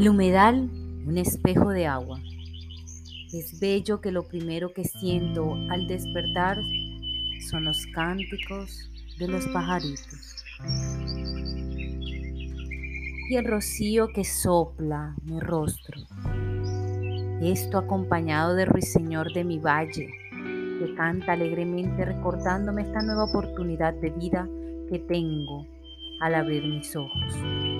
El humedal, un espejo de agua. Es bello que lo primero que siento al despertar son los cánticos de los pajaritos y el rocío que sopla mi rostro. Esto acompañado del ruiseñor de mi valle, que canta alegremente recordándome esta nueva oportunidad de vida que tengo al abrir mis ojos.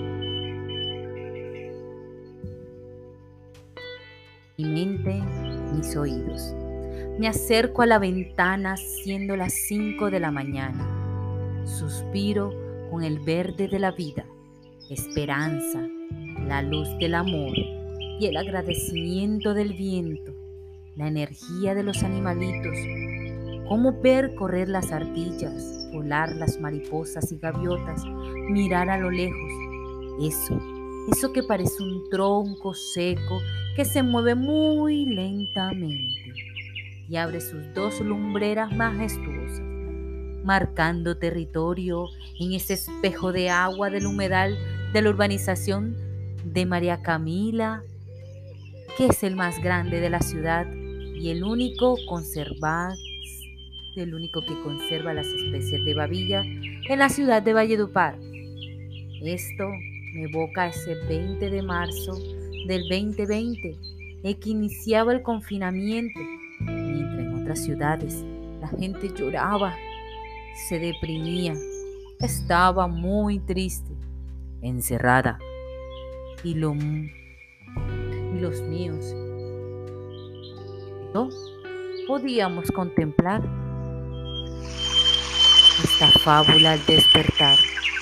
Mi mente, mis oídos. Me acerco a la ventana siendo las 5 de la mañana. Suspiro con el verde de la vida, esperanza, la luz del amor y el agradecimiento del viento, la energía de los animalitos, cómo ver correr las ardillas, volar las mariposas y gaviotas, mirar a lo lejos, eso que parece un tronco seco que se mueve muy lentamente y abre sus dos lumbreras majestuosas, marcando territorio en ese espejo de agua del humedal de la urbanización de María Camila, que es el más grande de la ciudad y el único que conserva las especies de babilla en la ciudad de Valledupar. Esto me evoca ese 20 de marzo del 2020, en que iniciaba el confinamiento, mientras en otras ciudades la gente lloraba, se deprimía, estaba muy triste, encerrada, y los míos, no podíamos contemplar esta fábula al despertar,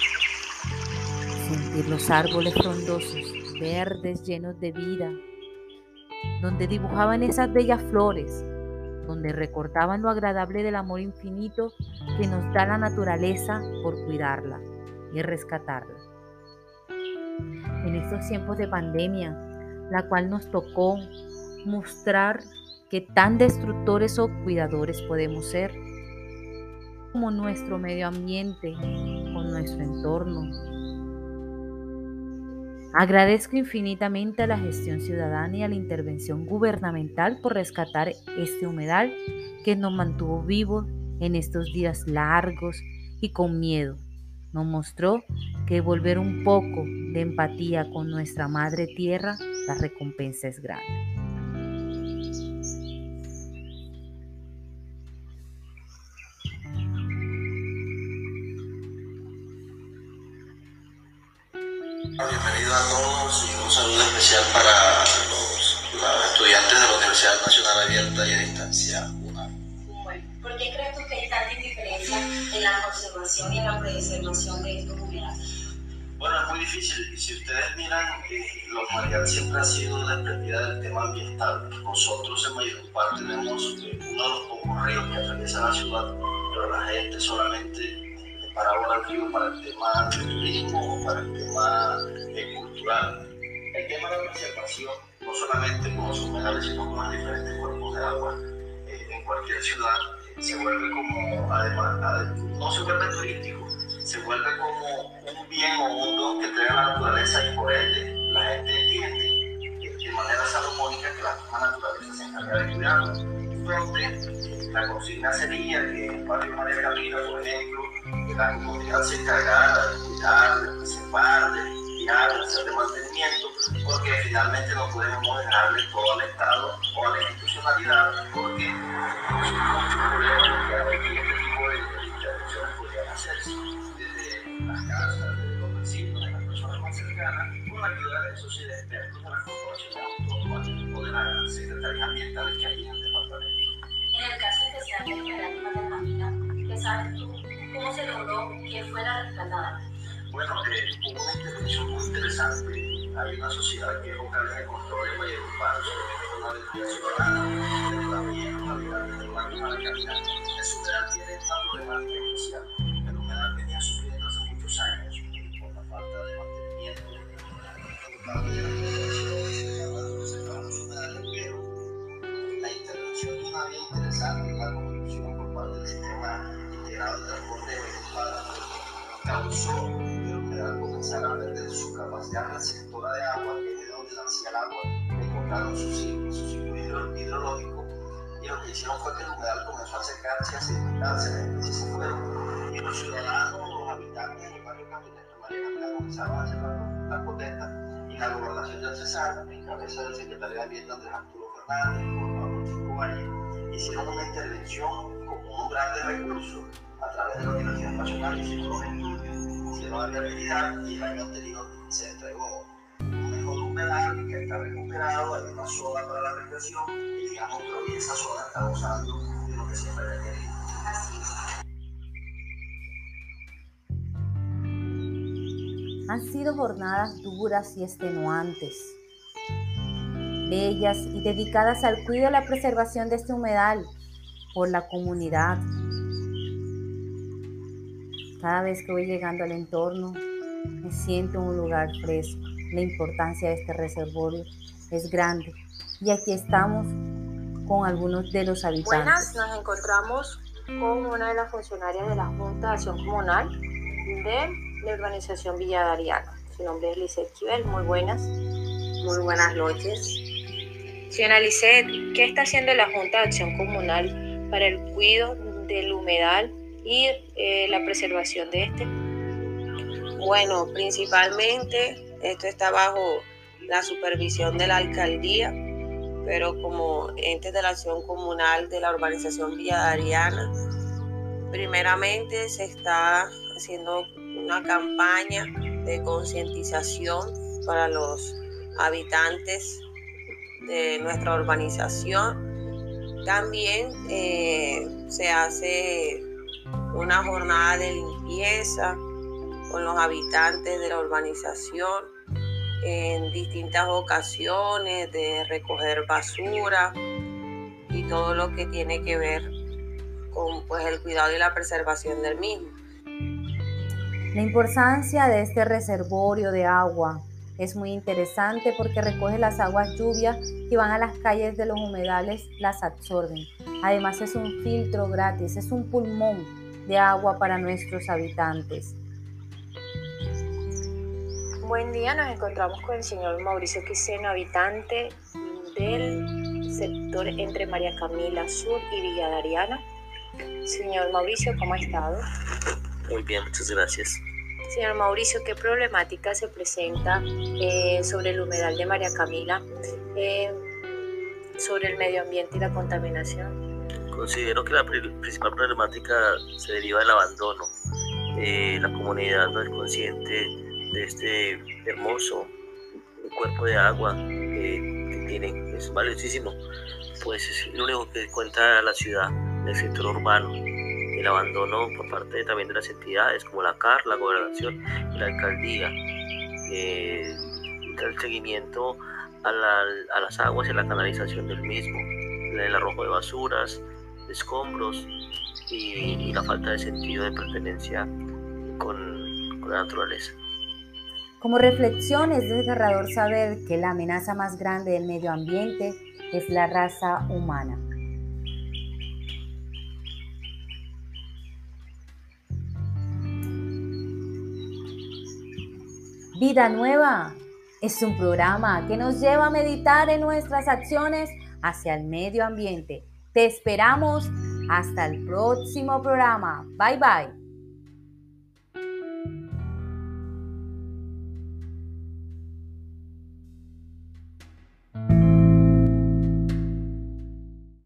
sentir los árboles frondosos, verdes, llenos de vida, donde dibujaban esas bellas flores, donde recordaban lo agradable del amor infinito que nos da la naturaleza por cuidarla y rescatarla. En estos tiempos de pandemia, la cual nos tocó mostrar que tan destructores o cuidadores podemos ser, como nuestro medio ambiente, con nuestro entorno. Agradezco infinitamente a la gestión ciudadana y a la intervención gubernamental por rescatar este humedal que nos mantuvo vivos en estos días largos y con miedo. Nos mostró que volver un poco de empatía con nuestra madre tierra, la recompensa es grande. Bienvenido a todos y un saludo especial para los estudiantes de la Universidad Nacional Abierta y a Distancia UNAM. Bueno, ¿por qué crees tú que hay tanta indiferencia en la conservación y en la preservación de estos humedales? Bueno, es muy difícil. Y si ustedes miran, la humanidad siempre ha sido desprendida del tema ambiental. Nosotros en Valledupar tenemos uno de los pocos ríos que atraviesa la ciudad, pero la gente solamente para ahora el río para el tema del turismo o para el tema cultural. El tema de la preservación, no solamente con los humedales, sino con los diferentes cuerpos de agua en cualquier ciudad, se vuelve como, además, no se vuelve turístico, se vuelve como un bien o un don que trae la naturaleza y por ende la gente entiende de manera salomónica que la misma naturaleza se encarga de cuidarlo. Entonces, la consigna sería que en Barrio María Camila, por ejemplo, la comunidad se encargara de cuidar, de preservar, de limpiar, de hacer de mantenimiento, porque finalmente no podemos dejarle todo al Estado o a la institucionalidad, porque son muchos problemas que hay en este tipo de intervenciones podrían hacerse desde las casas, desde los vecinos, de las personas más cercanas, con la ayuda de esos expertos de las corporaciones autónomas o de las secretarías ambientales que hay en el departamento. En el caso especial del humedal de María Camila, ¿qué sabes tú? ¿Cómo se logró que fuera rescatada? Bueno, hubo una intervención muy interesante. Hay una sociedad que es Vocales de Control de Valledupar, una identidad ciudadana, pero también una vida del barrio Maracaibo. Ese humedal tiene una problemática especial. El humedal venía sufriendo hace muchos años por la falta de mantenimiento por parte de la corporación se acaban los humedales, pero la intervención de una vía interesante, la construcción por parte del sistema integrado de transporte de Valledupar, causó que el humedal comenzara a perder su capacidad receptora de agua, que es de donde de lanzar agua, encontraron su sitio hidrológico, y lo que hicieron fue que el humedal comenzó a secarse, a sedimentarse, entonces se fueron, y los ciudadanos, los habitantes del barrio María Camila comenzaron a hacer la protesta, y la gobernación del Cesar, en cabeza del secretario de Ambiente Andrés Arturo Fernández, gobernador Chico Valle, hicieron una intervención con un umbral de recursos a través de la Universidad Nacional, hicieron los estudios, hicieron la viabilidad, y el año anterior se entregó un mejor humedal que está recuperado, hay una zona para la recreación, y digamos que hoy esa zona está gozando de lo que siempre había querido. Así es. Han sido jornadas duras y extenuantes, bellas y dedicadas al cuidado y la preservación de este humedal por la comunidad. Cada vez que voy llegando al entorno, me siento en un lugar fresco. La importancia de este reservorio es grande y aquí estamos con algunos de los habitantes. Buenas, nos encontramos con una de las funcionarias de la Junta de Acción Comunal de la urbanización Villa Dariana. Su nombre es Lisette Quivel. Muy buenas. Muy buenas noches. Señora Lisette, ¿qué está haciendo la Junta de Acción Comunal para el cuidado del humedal y la preservación de este? Bueno, principalmente esto está bajo la supervisión de la alcaldía, pero como ente de la acción comunal de la urbanización Villa Dariana, primeramente se está haciendo una campaña de concientización para los habitantes de nuestra urbanización. También se hace una jornada de limpieza con los habitantes de la urbanización en distintas ocasiones, de recoger basura y todo lo que tiene que ver con el cuidado y la preservación del mismo. La importancia de este reservorio de agua es muy interesante porque recoge las aguas lluvias que van a las calles de los humedales, las absorben. Además es un filtro gratis, es un pulmón de agua para nuestros habitantes. Buen día, nos encontramos con el señor Mauricio Quiseno, habitante del sector entre María Camila Sur y Villa Dariana. Señor Mauricio, ¿cómo ha estado? Muy bien, muchas gracias. Señor Mauricio, ¿qué problemática se presenta sobre el humedal de María Camila, sobre el medio ambiente y la contaminación? Considero que la principal problemática se deriva del abandono. La comunidad no es consciente de este hermoso cuerpo de agua que tiene, es valiosísimo, pues es lo único que cuenta la ciudad, el sector urbano. El abandono por parte también de las entidades como la CAR, la gobernación y la alcaldía, el seguimiento a las aguas y la canalización del mismo, el arrojo de basuras, de escombros y la falta de sentido de pertenencia con la naturaleza. Como reflexión, es desgarrador saber que la amenaza más grande del medio ambiente es la raza humana. Vida Nueva es un programa que nos lleva a meditar en nuestras acciones hacia el medio ambiente. Te esperamos hasta el próximo programa. Bye bye.